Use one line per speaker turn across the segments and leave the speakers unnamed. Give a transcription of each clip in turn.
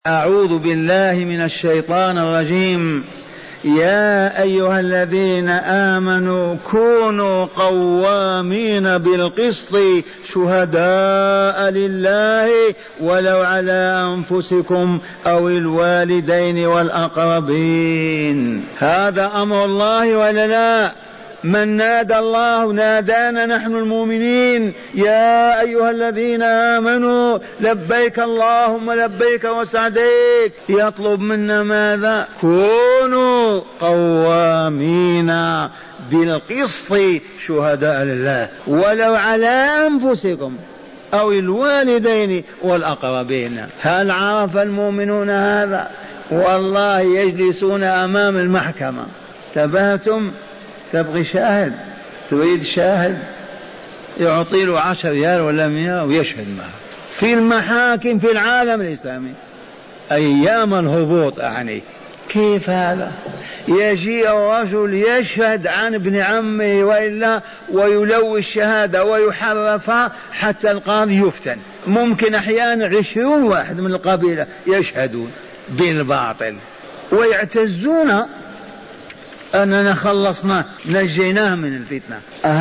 أعوذ بالله من الشيطان الرجيم. يا أيها الذين آمنوا كونوا قوامين بالقسط شهداء لله ولو على أنفسكم أو الوالدين والأقربين. هذا أمر الله ولا لا؟ من نادى الله نادانا نحن المؤمنين. يا أيها الذين آمنوا لبيك اللهم لبيك وسعديك. يطلب منا ماذا؟ كونوا قوامين بالقسط شهداء لله ولو على أنفسكم أو الوالدين والأقربين. هل عرف المؤمنون هذا؟ والله يجلسون أمام المحكمة. تبهتم؟ تبغي شاهد؟ تريد شاهد؟ يعطي له 10 ريال ولا 100 ويشهد معه في المحاكم في العالم الإسلامي أيام الهبوط. يعني كيف هذا؟ يجي الرجل يشهد عن ابن عمه وإلا ويلوي الشهادة ويحرفها حتى القاضي يفتن. ممكن أحيانا 20 واحد من القبيلة يشهدون بالباطل ويعتزون أننا خلصنا نجيناه من الفتنة.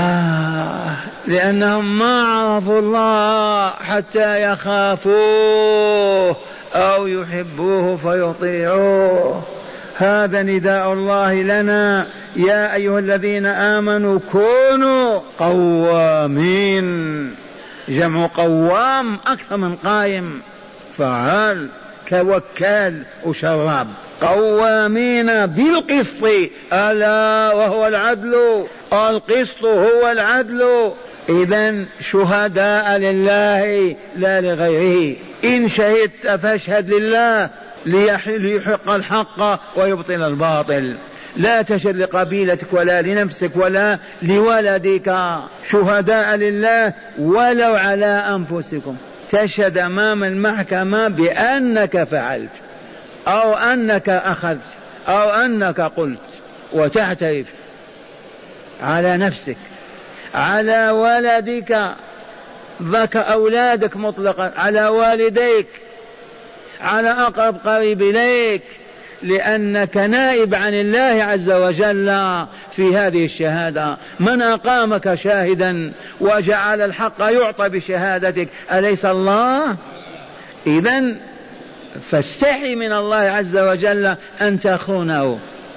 لأنهم ما عرفوا الله حتى يخافوه أو يحبوه فيطيعوه. هذا نداء الله لنا. يا أيها الذين آمنوا كونوا قوامين. جمع قوام أكثر من قائم، فعال كوكال وشراب. قوامين بالقسط، ألا وهو العدل. القسط هو العدل. إذن شهداء لله لا لغيره. إن شهدت فاشهد لله ليحق الحق ويبطل الباطل. لا تشهد لقبيلتك ولا لنفسك ولا لولدك. شهداء لله ولو على أنفسكم. تشهد أمام المحكمة بأنك فعلت أو أنك أخذت أو أنك قلت، وتعترف على نفسك، على ولدك، ذاك أولادك مطلقا، على والديك، على أقرب قريب إليك، لأنك نائب عن الله عز وجل في هذه الشهادة. من أقامك شاهدا وجعل الحق يعطى بشهادتك أليس الله؟ إذن فاستحي من الله عز وجل أن تخونه.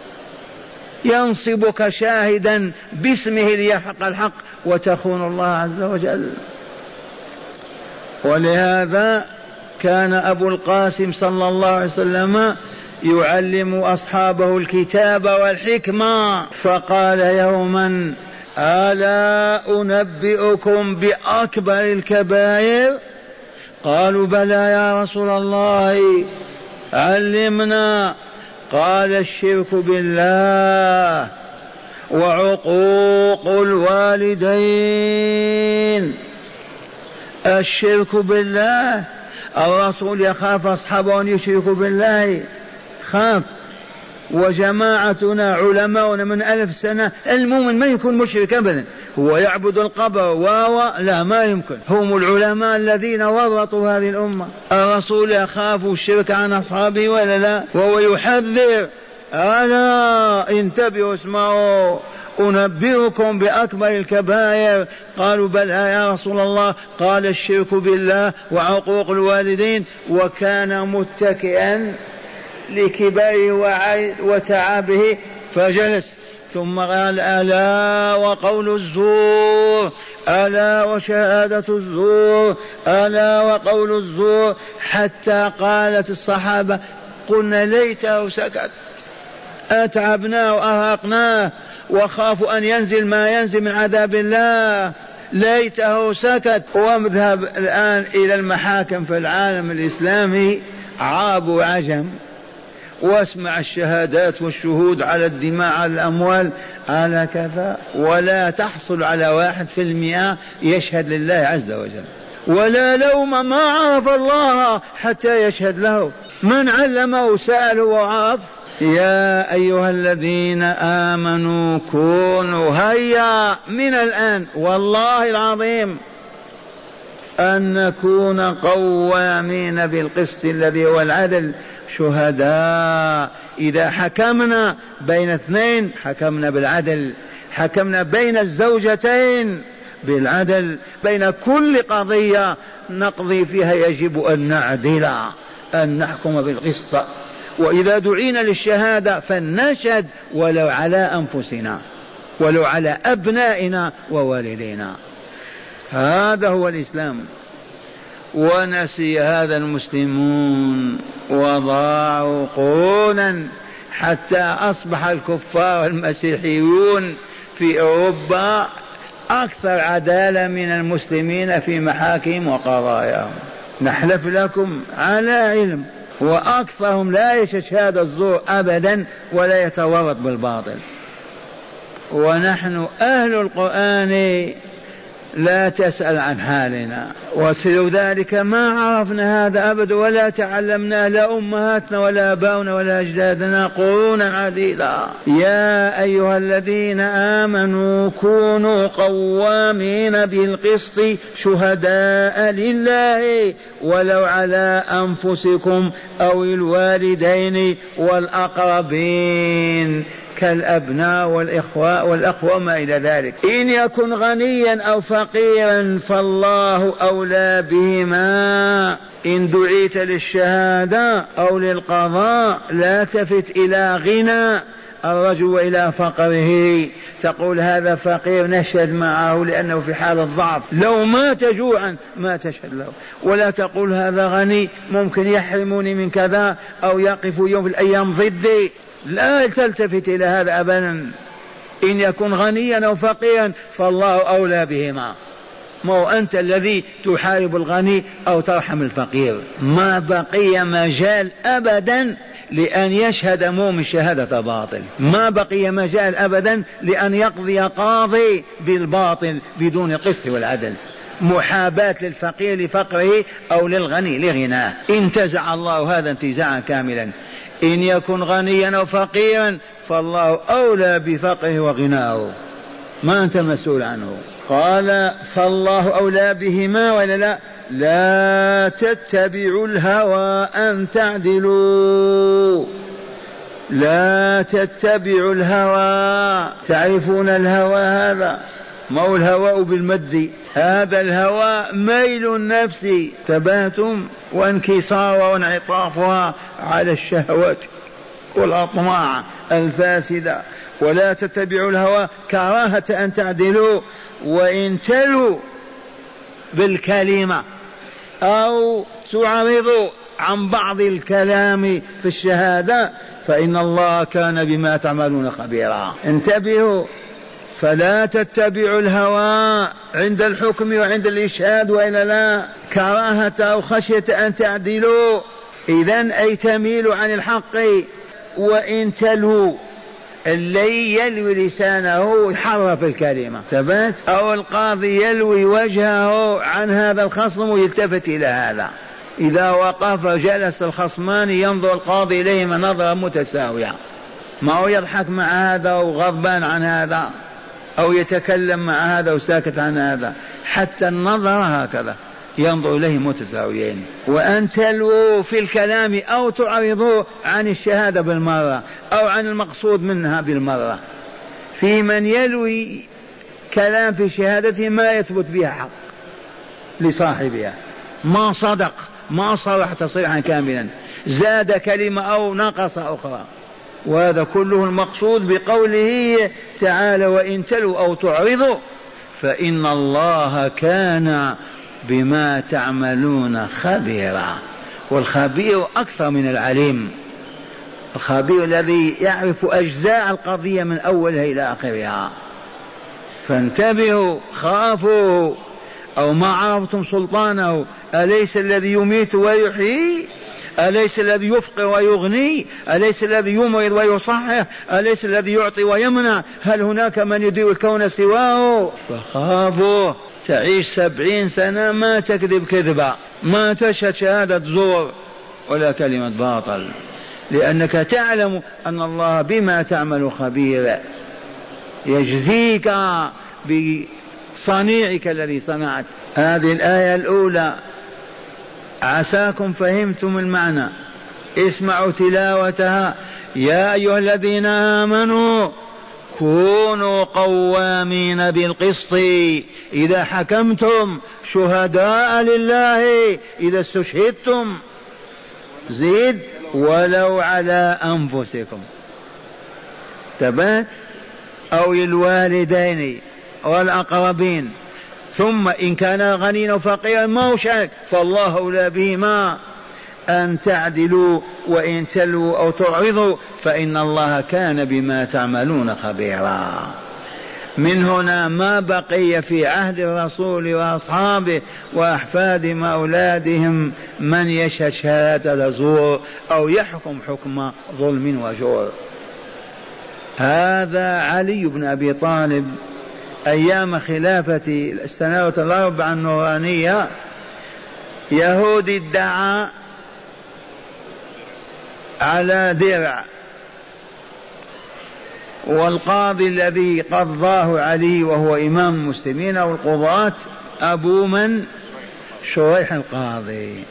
ينصبك شاهدا باسمه ليحق الحق وتخون الله عز وجل. ولهذا كان أبو القاسم صلى الله عليه وسلم يعلم أصحابه الكتاب والحكمة، فقال يوما: ألا أنبئكم بأكبر الكبائر؟ قالوا: بلى يا رسول الله، علمنا. قال: الشرك بالله وعقوق الوالدين. الشرك بالله. الرسول يخاف أصحابه أن يشركوا بالله، خاف. وجماعتنا علماؤنا من 1000 سنة المؤمن ما يكون مشرك أبدا. هو يعبد القبر لا، ما يمكن. هم العلماء الذين ورطوا هذه الأمة. الرسول يخاف الشرك عن أصحابه ولا لا؟ وهو يحذر: ألا انتبهوا اسمعوا، أنبئكم بأكبر الكبائر. قالوا: بلى يا رسول الله. قال: الشرك بالله وعقوق الوالدين. وكان متكئا لكبره وتعبه فجلس، ثم قال: ألا وقول الزور، ألا وشهادة الزور، ألا وقول الزور، حتى قالت الصحابة: قلنا ليته سكت، أتعبناه وأرهقناه وخاف أن ينزل ما ينزل من عذاب الله، ليته سكت. ومذهب الآن إلى المحاكم في العالم الإسلامي، عرب وعجم، واسمع الشهادات والشهود على الدماء، على الأموال، على كذا، ولا تحصل على 1% يشهد لله عز وجل. ولا لوم، ما عرف الله حتى يشهد له. من علمه سأله وعرف. يا أيها الذين آمنوا كونوا، هيا من الآن والله العظيم أن نكون قوامين بالقسط الذي هو العدل شهداء. إذا حكمنا بين اثنين حكمنا بالعدل، حكمنا بين الزوجتين بالعدل، بين كل قضية نقضي فيها يجب أن نعدل، أن نحكم بالقسط. وإذا دعينا للشهادة فلنشهد ولو على أنفسنا ولو على أبنائنا ووالدينا. هذا هو الإسلام. ونسي هذا المسلمون وضاعوا قرونا حتى أصبح الكفار والمسيحيون في أوروبا أكثر عدالة من المسلمين في محاكم وقضاياهم. نحلف لكم على علم، وأكثرهم لا يشهد الزور أبدا ولا يتورط بالباطل. ونحن أهل القرآن لا تسأل عن حالنا، وسلو ذلك ما عرفنا هذا أبدا ولا تعلمنا، لا أمهاتنا ولا آباؤنا ولا أجدادنا قرونا عديدة. يا أيها الذين آمنوا كونوا قوامين بالقسط شهداء لله ولو على أنفسكم أو الوالدين والأقربين كالأبناء والأخوة وما إلى ذلك. إن يكن غنيا أو فقيرا فالله أولى بهما. إن دعيت للشهادة أو للقضاء لا تفت إلى غنى الرجل وإلى فقره، تقول هذا فقير نشهد معه لأنه في حال الضعف، لو مات جوعا ما تشهد له. ولا تقول هذا غني ممكن يحرمني من كذا أو يقف يوم في الأيام ضدي، لا تلتفت إلى هذا أبدا. إن يكن غنيا أو فقيرا فالله أولى بهما. ما هو أنت الذي تحارب الغني أو ترحم الفقير. ما بقي مجال أبدا لأن يشهد مؤمن شهادة باطل، ما بقي مجال أبدا لأن يقضي قاضي بالباطل بدون القسط والعدل، محاباة للفقير لفقره أو للغني لغناه. انتزع الله هذا انتزاعا كاملا. إن يكن غنيا أو فقيرا فالله أولى بفقره وغناه، ما أنت مسؤول عنه. قال فالله أولى بهما ولا لا؟ لا تتبعوا الهوى أن تعدلوا، لا تتبعوا الهوى. تعرفون الهوى هذا؟ ما هو الهواء بالمد؟ هذا الهوى ميل النفس، تباتم وانكسار وانعطافها على الشهوات والأطماع الفاسدة. ولا تتبعوا الهوى كراهة أن تعدلوا، وإن تلوا بالكلمة أو تعرضوا عن بعض الكلام في الشهادة فإن الله كان بما تعملون خبيرا. انتبهوا، فلا تتبعوا الهوى عند الحكم وعند الإشهاد وإلا لا، كراهة أو خشية أن تعدلوا، إذن أي تميلوا عن الحق. وإن تلوا، اللي يلوي لسانه يحرف الكلمة ثبات، أو القاضي يلوي وجهه عن هذا الخصم ويلتفت إلى هذا. إذا وقف جلس الخصمان ينظر القاضي إليهما نظرة متساوية، ما هو يضحك مع هذا وغضبان عن هذا أو يتكلم مع هذا وساكت عن هذا، حتى النظر هكذا ينظر إليه متساويين. وأن تلووا في الكلام أو تعرضوا عن الشهادة بالمرة أو عن المقصود منها بالمرة. في من يلوي كلام في شهادته ما يثبت بها حق لصاحبها، ما صدق، ما صرح تصريحا كاملا، زاد كلمة أو نقص أخرى. وهذا كله المقصود بقوله تعالى وإن تلوا أو تعرضوا فإن الله كان بما تعملون خبيرا. والخبير أكثر من العليم، الخبير الذي يعرف أجزاء القضية من أولها إلى آخرها. فانتبهوا، خافوا أو ما عرفتم سلطانه. أليس الذي يميت ويحيي؟ أليس الذي يفقر ويغني؟ أليس الذي يمرض ويصحح؟ أليس الذي يعطي ويمنع؟ هل هناك من يدير الكون سواه؟ فخافوا. تعيش 70 سنة ما تكذب كذبة، ما تشهد شهادة زور ولا كلمة باطل، لأنك تعلم أن الله بما تعمل خبير، يجزيك صنيعك الذي صنعت. هذه الآية الأولى، عساكم فهمتم المعنى. اسمعوا تلاوتها. يا أيها الذين آمنوا كونوا قوامين بالقسط إذا حكمتم شهداء لله إذا استشهدتم، زيد، ولو على أنفسكم، تبات، أو الوالدين والأقربين، ثم إن كان غنيا وفقيرا ما هو شك فالله أولى بهما، أن تعدلوا وإن تلوا أو تعرضوا فإن الله كان بما تعملون خبيرا. من هنا ما بقي في عهد الرسول وأصحابه وأحفادهم وأولادهم من يشهد شهادة زور أو يحكم حكم ظلم وجور. هذا علي بن أبي طالب أيام خلافة السنوات الأربع النورانية، يهودي ادعى على درع، والقاضي الذي قضاه علي وهو إمام المسلمين والقضاة أبو من؟ شريح القاضي.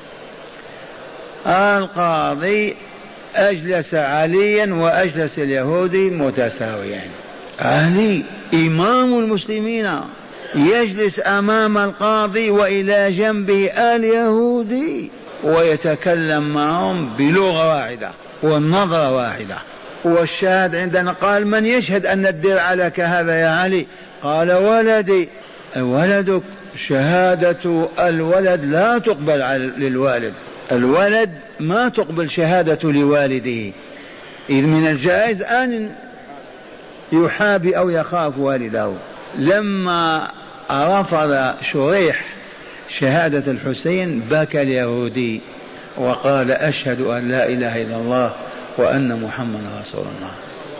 القاضي أجلس عليا وأجلس اليهودي متساويين. علي إمام المسلمين يجلس أمام القاضي وإلى جنبه اليهودي ويتكلم معهم بلغة واحدة والنظرة واحدة. والشاهد عندنا قال من يشهد أن الدرع لك هذا يا علي؟ قال ولدي. ولدك؟ شهادة الولد لا تقبل للوالد، الولد ما تقبل شهادة لوالده، إذ من الجائز أن يحابي أو يخاف والده. لما رفض شريح شهادة الحسين بكى اليهودي وقال أشهد أن لا إله إلا الله وأن محمد رسول الله.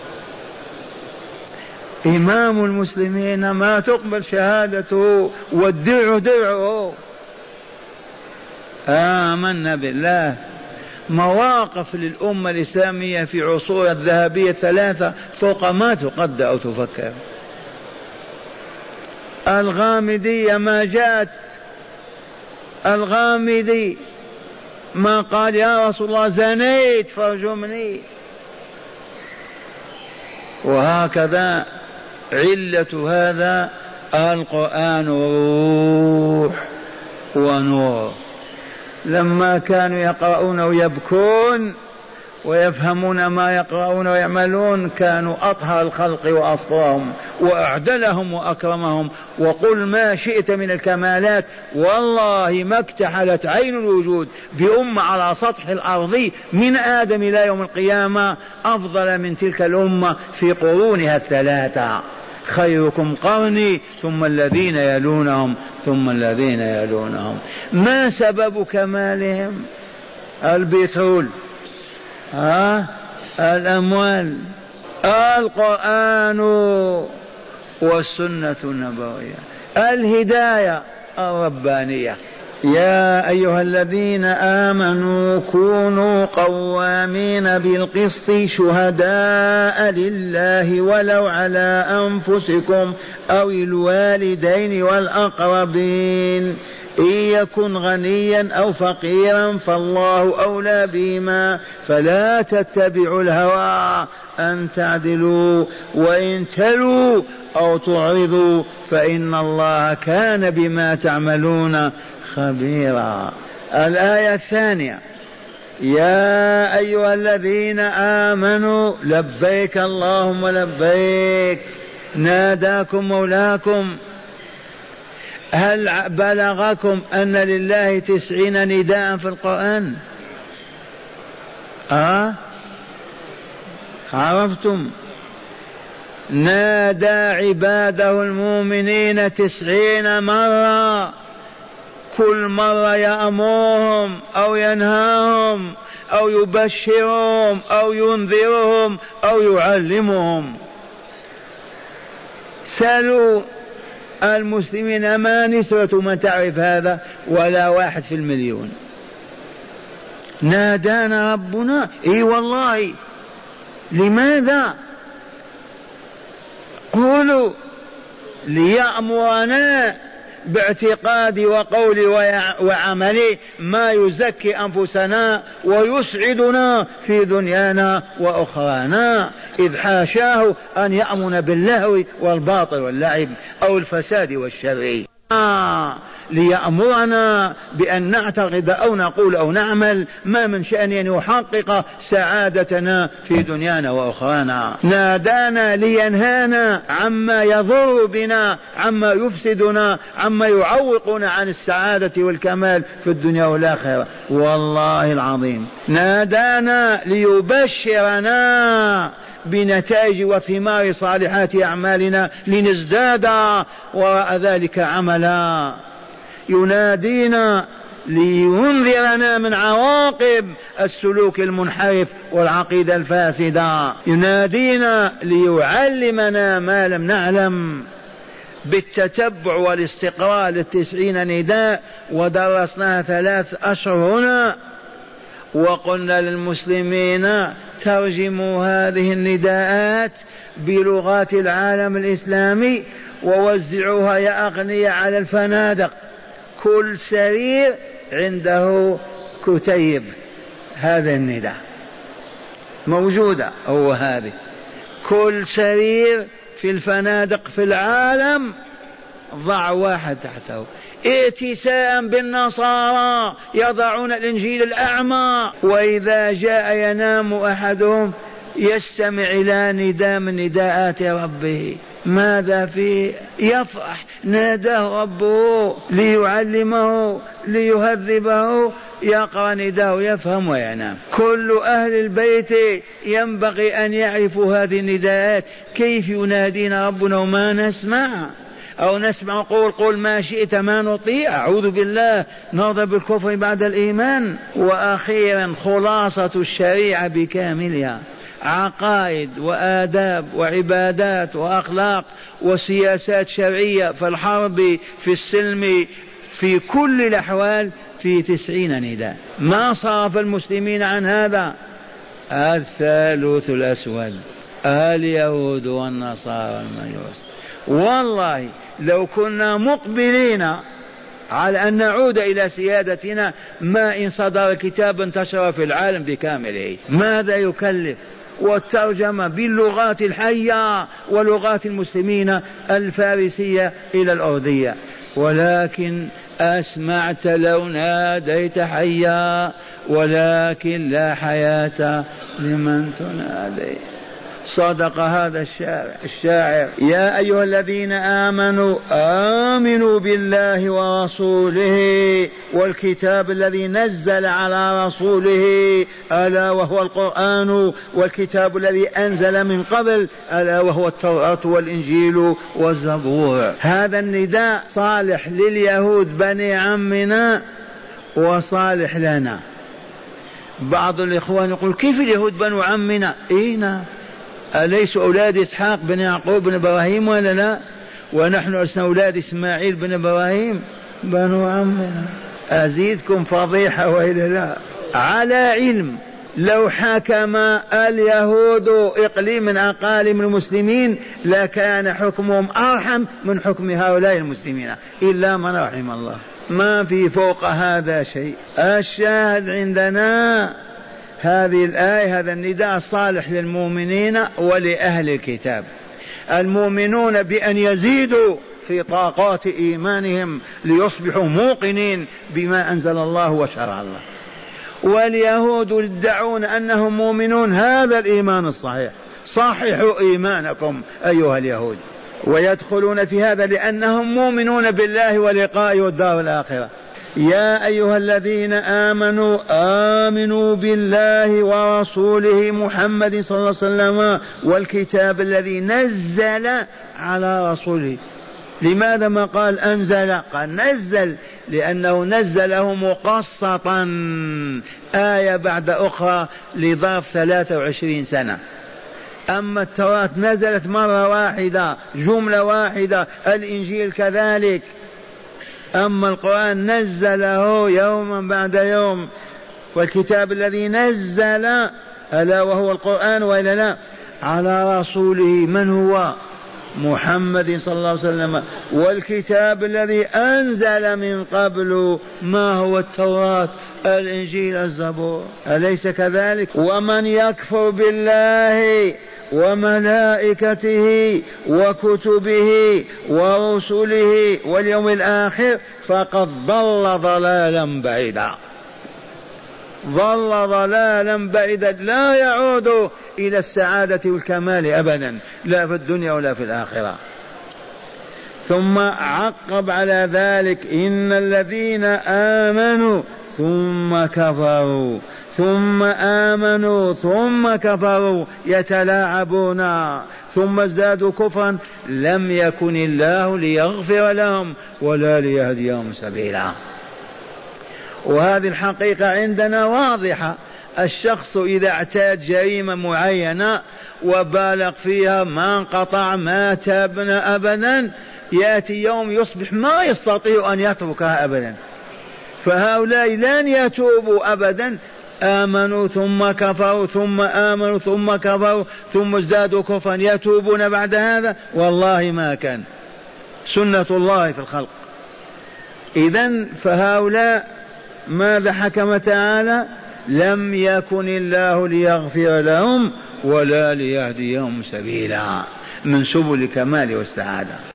إمام المسلمين ما تقبل شهادته والدرع درعه. آمنا بالله. مواقف للأمة الإسلامية في عصور الذهبية ثلاثة فوق ما تقدر أو تفكر. الغامدية ما جاءت، الغامدي ما قال يا رسول الله زنيت فارجمني. وهكذا علة هذا القرآن روح ونور. لما كانوا يقرؤون ويبكون ويفهمون ما يقرؤون ويعملون كانوا أطهر الخلق وأصفاهم وأعدلهم وأكرمهم. وقل ما شئت من الكمالات، والله ما اكتحلت عين الوجود بأمة على سطح الأرض من آدم إلى يوم القيامة أفضل من تلك الأمة في قرونها الثلاثة. خيركم قرني ثم الذين يلونهم ثم الذين يلونهم. ما سبب كمالهم؟ البترول، الأموال، القرآن والسنة النبوية، الهداية الربانية. يا أيها الذين آمنوا كونوا قوامين بالقسط شهداء لله ولو على أنفسكم أو الوالدين والأقربين إن يكن غنيا أو فقيرا فالله أولى بهما فلا تتبعوا الهوى أن تعدلوا وإن تلوا أو تعرضوا فإن الله كان بما تعملون خبيرا. الآية الثانية يا أيها الذين آمنوا لبيك اللهم لبيك، ناداكم مولاكم. هل بلغكم أن لله 90 نداء في القرآن؟ عرفتم؟ نادى عباده المؤمنين 90 مرة، كل مرة يأمرهم أو ينهاهم أو يبشرهم أو ينذرهم أو يعلمهم. سألوا المسلمين ما نسبة من تعرف هذا؟ ولا 1 في المليون. نادانا ربنا، اي والله. لماذا؟ قولوا ليأمرنا باعتقادي وقولي وعملي ما يزكي أنفسنا ويسعدنا في دنيانا وأخرانا، إذ حاشاه أن يأمن باللهو والباطل واللعب أو الفساد والشر. ليأمرنا بأن نعتقد أو نقول أو نعمل ما من شأن أن يحقق سعادتنا في دنيانا وأخرانا. نادانا لينهانا عما يضر بنا، عما يفسدنا، عما يعوقنا عن السعادة والكمال في الدنيا والآخرة. والله العظيم نادانا ليبشرنا بنتائج وثمار صالحات أعمالنا لنزداد وراء ذلك عملا. ينادينا لينذرنا من عواقب السلوك المنحرف والعقيدة الفاسدة. ينادينا ليعلمنا ما لم نعلم بالتتبع والاستقراء ل90 نداء، ودرسناها 3 أشهر هنا، وقلنا للمسلمين ترجموا هذه النداءات بلغات العالم الإسلامي ووزعوها يا أغنياء على الفنادق. كل سرير عنده كتيب هذا النداء موجودة، هو هذه كل سرير في الفنادق في العالم ضع واحد تحته، ائتساء بالنصارى يضعون الإنجيل الأعمى، وإذا جاء ينام أحدهم يستمع إلى نداء من نداءات ربه. ماذا فيه؟ يفرح، ناداه ربه ليعلمه ليهذبه، يقرأ نداه يفهم وينام. كل أهل البيت ينبغي أن يعرفوا هذه النداءات. كيف ينادينا ربنا وما نسمع، أو نسمع قول ما شئت ما نطيع، أعوذ بالله، نرضى بالكفر بعد الإيمان. وأخيرا خلاصة الشريعة بكاملها، عقائد وآداب وعبادات وأخلاق وسياسات شرعية في الحرب في السلم في كل الأحوال في 90 نداء. ما صرف المسلمين عن هذا. الثالوث الأسود اليهود والنصارى والمجوس. والله لو كنا مقبلين على أن نعود إلى سيادتنا ما إن صدر كتاب انتشر في العالم بكامله. ماذا يكلف؟ والترجمة باللغات الحية ولغات المسلمين الفارسية إلى الأردية. ولكن أسمعت لو ناديت حيا، ولكن لا حياة لمن تنادي. صدق هذا الشاعر. يا أيها الذين آمنوا آمنوا بالله ورسوله والكتاب الذي نزل على رسوله ألا وهو القرآن، والكتاب الذي أنزل من قبل ألا وهو التوراة والإنجيل والزبور. هذا النداء صالح لليهود بني عمنا وصالح لنا. بعض الإخوان يقول كيف اليهود بنو عمنا؟ إينا أليسوا أولاد إسحاق بن يعقوب بن إبراهيم ولا لا؟ ونحن لسنا أولاد إسماعيل بن إبراهيم بنو عمنا. أزيدكم فضيحة وإلا لا؟ على علم لو حكم اليهود إقليم من أقاليم المسلمين لكان حكمهم أرحم من حكم هؤلاء المسلمين، إلا من رحم الله. ما في فوق هذا شيء. الشاهد عندنا هذه الآية، هذا النداء صالح للمؤمنين ولأهل الكتاب. المؤمنون بأن يزيدوا في طاقات إيمانهم ليصبحوا موقنين بما أنزل الله وشرع الله، واليهود يدعون أنهم مؤمنون. هذا الإيمان الصحيح. صححوا إيمانكم أيها اليهود. ويدخلون في هذا لأنهم مؤمنون بالله ولقائه والدار الآخرة. يا أيها الذين آمنوا آمنوا بالله ورسوله محمد صلى الله عليه وسلم والكتاب الذي نزل على رسوله. لماذا ما قال أنزل؟ قال نزل، لأنه نزله مقسطا آية بعد أخرى لظرف 23 سنة. أما التوراة نزلت مرة واحدة جملة واحدة، الإنجيل كذلك. أما القرآن نزله يوما بعد يوم. والكتاب الذي نزل ألا وهو القرآن وإلا لا على رسوله. من هو؟ محمد صلى الله عليه وسلم والكتاب الذي أنزل من قبل، ما هو؟ التوراة، الإنجيل، الزبور، أليس كذلك؟ ومن يكفر بالله وملائكته وكتبه ورسله واليوم الآخر فقد ضل ضلالا بعيدا، ضل ضلالا بعيدا، لا يعود إلى السعادة والكمال أبدا، لا في الدنيا ولا في الآخرة. ثم عقب على ذلك: إن الذين آمنوا ثم كفروا ثم آمنوا ثم كفروا يتلاعبون ثم ازدادوا كفرا لم يكن الله ليغفر لهم ولا ليهديهم سبيلا. وهذه الحقيقة عندنا واضحة. الشخص إذا اعتاد جريمة معينة وبالغ فيها ما انقطع ما تابنا أبدا، يأتي يوم يصبح ما يستطيع أن يتركها أبدا. فهؤلاء لن يتوبوا أبدا، آمنوا ثم كفروا ثم آمنوا ثم كفروا ثم ازدادوا كفرا، يتوبون بعد هذا؟ والله ما كان، سنة الله في الخلق. إذن فهؤلاء ماذا حكم تعالى؟ لم يكن الله ليغفر لهم ولا ليهديهم سبيلا من سبل الكمال والسعادة.